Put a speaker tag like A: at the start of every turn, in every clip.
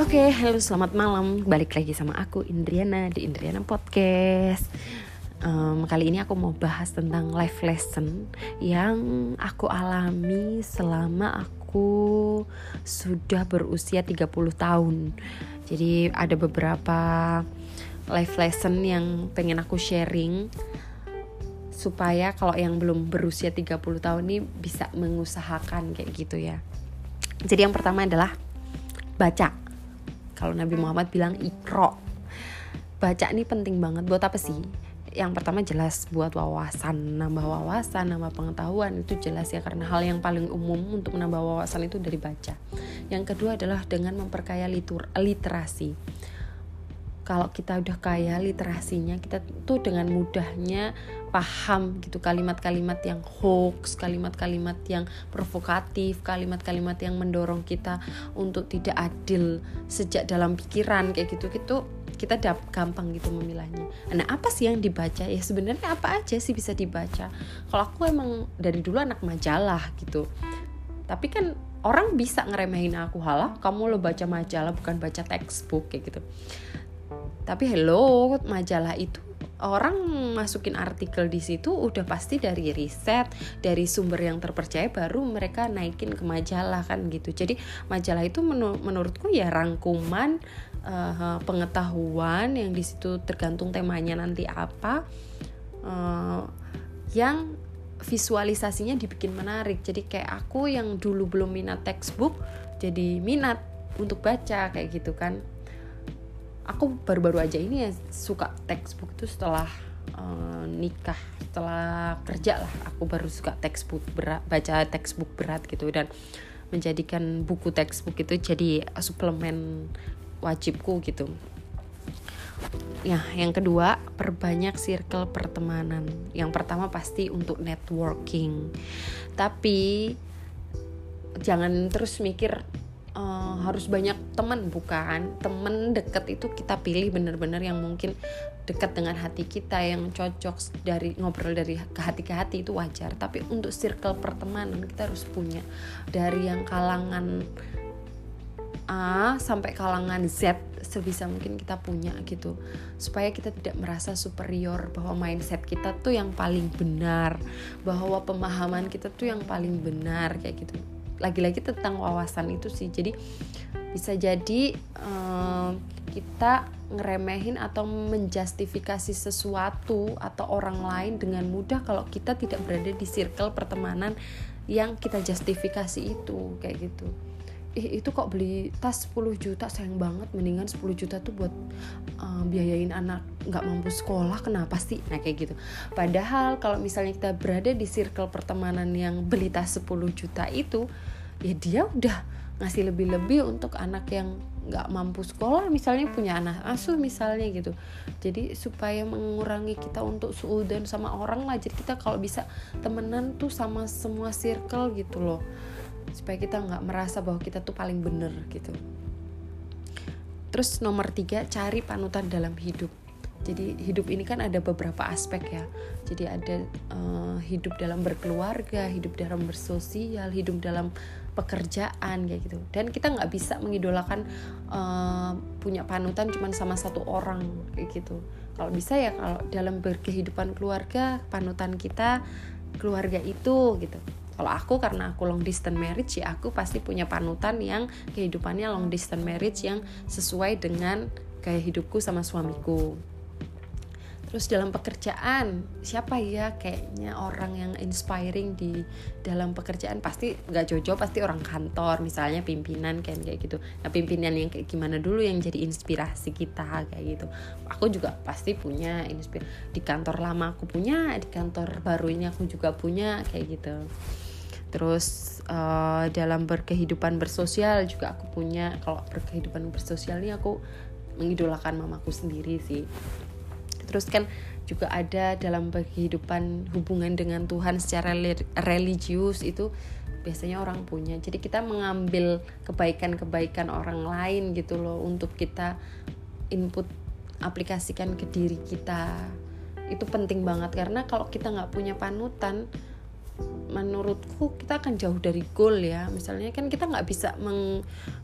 A: Oke, halo selamat malam. Balik lagi sama aku Indriana di Indriana Podcast. Kali ini aku mau bahas tentang life lesson yang aku alami selama aku sudah berusia 30 tahun. Jadi ada beberapa life lesson yang pengen aku sharing supaya kalau yang belum berusia 30 tahun ini bisa mengusahakan kayak gitu ya. Jadi yang pertama adalah baca. Kalau Nabi Muhammad bilang Iqra. Baca ini penting banget. Buat apa sih? Yang pertama jelas buat wawasan, nambah pengetahuan, itu jelas ya, karena hal yang paling umum untuk menambah wawasan itu dari baca. Yang kedua adalah dengan memperkaya literasi. Kalau kita udah kaya literasinya, kita tuh dengan mudahnya paham gitu kalimat-kalimat yang hoax, kalimat-kalimat yang provokatif, kalimat-kalimat yang mendorong kita untuk tidak adil sejak dalam pikiran kayak gitu-gitu. Kita gampang gitu memilahnya. Nah, apa sih yang dibaca? Ya sebenarnya apa aja sih bisa dibaca. Kalau aku emang dari dulu anak majalah gitu. Tapi kan orang bisa ngeremehin aku, halah kamu lo baca majalah bukan baca textbook kayak gitu. Tapi hello, majalah itu orang masukin artikel di situ udah pasti dari riset, dari sumber yang terpercaya, baru mereka naikin ke majalah kan gitu. Jadi majalah itu menurutku ya rangkuman pengetahuan yang di situ tergantung temanya nanti apa, yang visualisasinya dibikin menarik. Jadi kayak aku yang dulu belum minat textbook jadi minat untuk baca kayak gitu kan. Aku baru-baru aja ini ya suka textbook itu setelah nikah, setelah kerja lah aku baru suka textbook berat, baca textbook berat gitu, dan menjadikan buku textbook itu jadi suplemen wajibku gitu. Ya, yang kedua, perbanyak circle pertemanan. Yang pertama pasti untuk networking. Tapi jangan terus mikir harus banyak teman, bukan. Teman dekat itu kita pilih benar-benar yang mungkin dekat dengan hati kita, yang cocok dari ngobrol dari ke hati itu wajar. Tapi untuk circle pertemanan kita harus punya dari yang kalangan A sampai kalangan Z, sebisa mungkin kita punya gitu, supaya kita tidak merasa superior, bahwa mindset kita tuh yang paling benar, bahwa pemahaman kita tuh yang paling benar kayak gitu. Lagi-lagi tentang wawasan itu sih. Jadi bisa jadi kita ngeremehin atau menjustifikasi sesuatu atau orang lain dengan mudah kalau kita tidak berada di circle pertemanan yang kita justifikasi itu kayak gitu. Itu kok beli tas 10 juta sayang banget, mendingan 10 juta tuh buat biayain anak gak mampu sekolah, kenapa sih? Nah kayak gitu. Padahal kalau misalnya kita berada di circle pertemanan yang beli tas 10 juta itu, ya dia udah ngasih lebih-lebih untuk anak yang gak mampu sekolah, misalnya punya anak asuh misalnya gitu. Jadi supaya mengurangi kita untuk suudzon sama orang lah. Jadi kita kalau bisa temenan tuh sama semua circle gitu loh, supaya kita gak merasa bahwa kita tuh paling bener gitu. Terus nomor 3, cari panutan dalam hidup. Jadi hidup ini kan ada beberapa aspek ya. Jadi ada hidup dalam berkeluarga, hidup dalam bersosial, hidup dalam pekerjaan kayak gitu. Dan kita nggak bisa mengidolakan punya panutan cuma sama satu orang kayak gitu. Kalau bisa ya kalau dalam berkehidupan keluarga, panutan kita keluarga itu gitu. Kalau aku, karena aku long distance marriage, ya aku pasti punya panutan yang kehidupannya long distance marriage yang sesuai dengan gaya hidupku sama suamiku. Terus dalam pekerjaan, siapa ya kayaknya orang yang inspiring di dalam pekerjaan? Pasti gak jojo, pasti orang kantor, misalnya pimpinan kayak gitu. Nah pimpinan yang kayak gimana dulu yang jadi inspirasi kita kayak gitu. Aku juga pasti punya di kantor lama aku punya, di kantor baru ini aku juga punya kayak gitu. Terus dalam berkehidupan bersosial juga aku punya. Kalau berkehidupan bersosial ini aku mengidolakan mamaku sendiri sih. Terus kan juga ada dalam kehidupan hubungan dengan Tuhan secara religius, itu biasanya orang punya. Jadi kita mengambil kebaikan-kebaikan orang lain gitu loh, untuk kita input, aplikasikan ke diri kita. Itu penting banget, karena kalau kita gak punya panutan, menurutku kita akan jauh dari goal ya. Misalnya kan kita gak bisa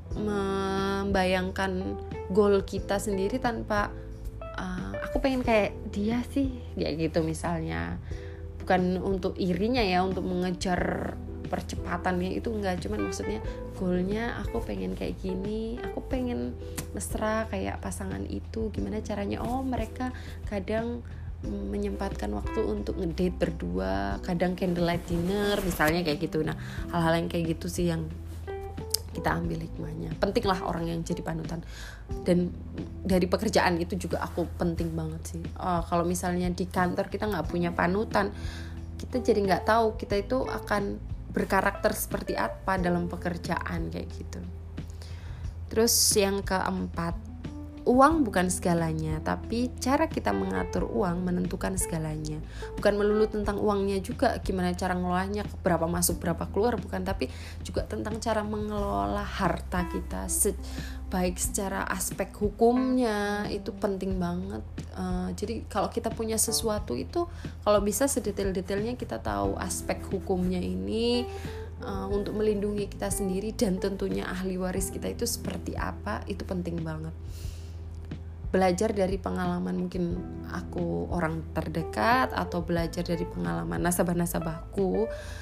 A: membayangkan goal kita sendiri tanpa aku pengen kayak dia sih kayak gitu misalnya. Bukan untuk irinya ya, untuk mengejar percepatannya itu enggak, cuman maksudnya goalnya aku pengen kayak gini, aku pengen mesra kayak pasangan itu, gimana caranya. Mereka kadang menyempatkan waktu untuk ngedate berdua, kadang candlelight dinner misalnya kayak gitu. Nah, hal-hal yang kayak gitu sih yang kita ambil hikmahnya. Penting lah orang yang jadi panutan. Dan dari pekerjaan itu juga aku penting banget sih. Kalau misalnya di kantor kita nggak punya panutan, kita jadi nggak tahu kita itu akan berkarakter seperti apa dalam pekerjaan kayak gitu. Terus yang keempat, uang bukan segalanya, tapi cara kita mengatur uang menentukan segalanya. Bukan melulu tentang uangnya juga, gimana cara ngelolanya, berapa masuk, berapa keluar, bukan, tapi juga tentang cara mengelola harta kita, baik secara aspek hukumnya, itu penting banget. Jadi kalau kita punya sesuatu itu, kalau bisa sedetail-detailnya kita tahu aspek hukumnya ini, untuk melindungi kita sendiri dan tentunya ahli waris kita itu seperti apa, itu penting banget. Belajar dari pengalaman mungkin aku orang terdekat atau belajar dari pengalaman nasabah-nasabahku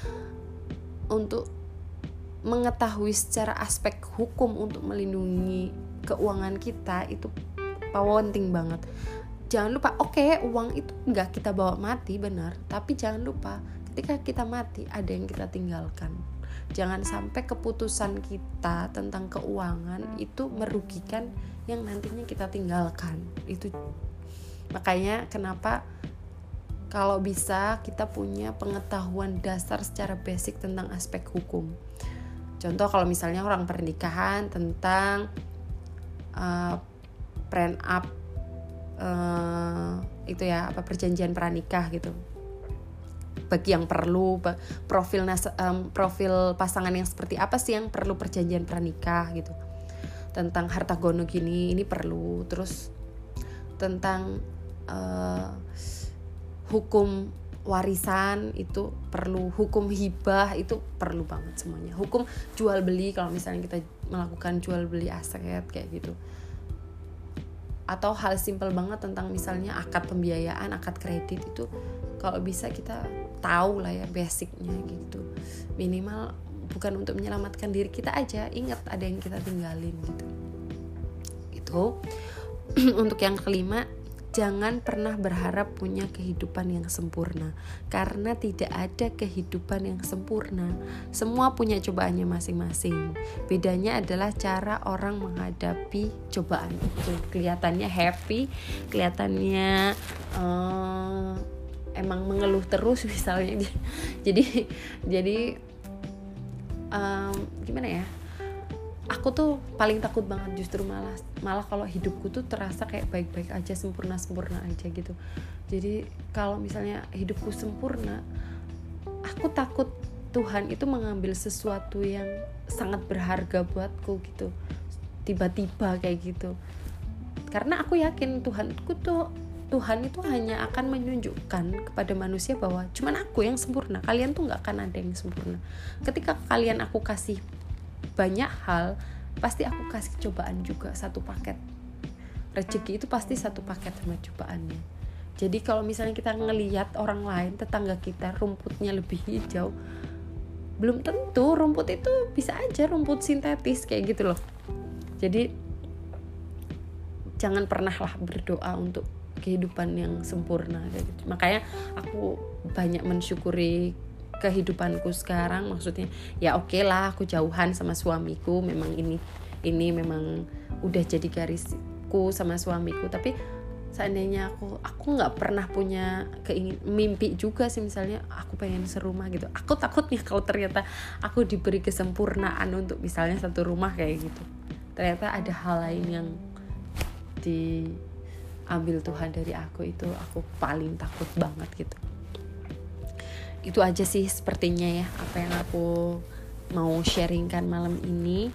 A: untuk mengetahui secara aspek hukum untuk melindungi keuangan kita itu penting banget. Jangan lupa, uang itu enggak kita bawa mati, benar, tapi jangan lupa ketika kita mati ada yang kita tinggalkan. Jangan sampai keputusan kita tentang keuangan itu merugikan yang nantinya kita tinggalkan. Itu makanya kenapa kalau bisa kita punya pengetahuan dasar secara basic tentang aspek hukum. Contoh kalau misalnya orang pernikahan tentang prenup, itu ya, perjanjian pranikah gitu. Bagi yang perlu profil pasangan yang seperti apa sih yang perlu perjanjian pranikah gitu. Tentang harta gono gini, ini perlu. Terus tentang hukum warisan itu perlu, hukum hibah itu perlu banget semuanya. Hukum jual beli kalau misalnya kita melakukan jual beli aset kayak gitu. Atau hal simpel banget tentang misalnya akad pembiayaan, akad kredit itu kalau bisa kita tahu lah ya basicnya gitu. Minimal bukan untuk menyelamatkan diri kita aja, ingat ada yang kita tinggalin gitu. Itu untuk yang kelima, jangan pernah berharap punya kehidupan yang sempurna, karena tidak ada kehidupan yang sempurna. Semua punya cobaannya masing-masing. Bedanya adalah cara orang menghadapi cobaan itu. Kelihatannya happy, kelihatannya emang mengeluh terus misalnya. Jadi gimana ya? Aku tuh paling takut banget justru malah kalau hidupku tuh terasa kayak baik-baik aja, sempurna aja gitu. Jadi kalau misalnya hidupku sempurna, aku takut Tuhan itu mengambil sesuatu yang sangat berharga buatku gitu, tiba-tiba kayak gitu. Karena aku yakin Tuhan itu hanya akan menunjukkan kepada manusia bahwa cuman aku yang sempurna, kalian tuh gak akan ada yang sempurna. Ketika kalian aku kasih banyak hal, pasti aku kasih cobaan juga, satu paket. Rezeki itu pasti satu paket sama cobaannya. Jadi kalau misalnya kita ngelihat orang lain, tetangga kita rumputnya lebih hijau, belum tentu rumput itu bisa aja rumput sintetis kayak gitu loh. Jadi jangan pernah lah berdoa untuk kehidupan yang sempurna kayak gitu. Makanya aku banyak mensyukuri kehidupanku sekarang, maksudnya ya oke lah aku jauhan sama suamiku, memang ini memang udah jadi garisku sama suamiku, tapi seandainya aku nggak pernah punya mimpi juga sih, misalnya aku pengen serumah gitu. Aku takutnya kalau ternyata aku diberi kesempurnaan untuk misalnya satu rumah kayak gitu, ternyata ada hal lain yang diambil Tuhan dari aku, itu aku paling takut banget gitu. Itu aja sih sepertinya ya apa yang aku mau sharingkan malam ini.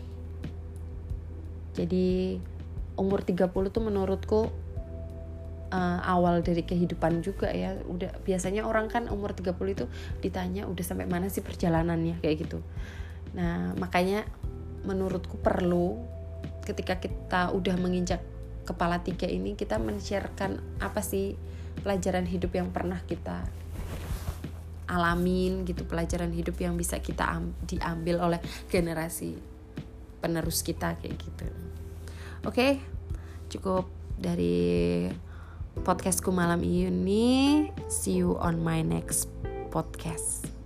A: Jadi umur 30 tuh menurutku awal dari kehidupan juga ya. Udah biasanya orang kan umur 30 itu ditanya udah sampai mana sih perjalanannya kayak gitu. Nah, makanya menurutku perlu ketika kita udah menginjak kepala 3 ini, kita men-sharekan apa sih pelajaran hidup yang pernah kita alamin gitu, pelajaran hidup yang bisa kita diambil oleh generasi penerus kita kayak gitu. Oke, cukup dari podcastku malam ini. See you on my next podcast.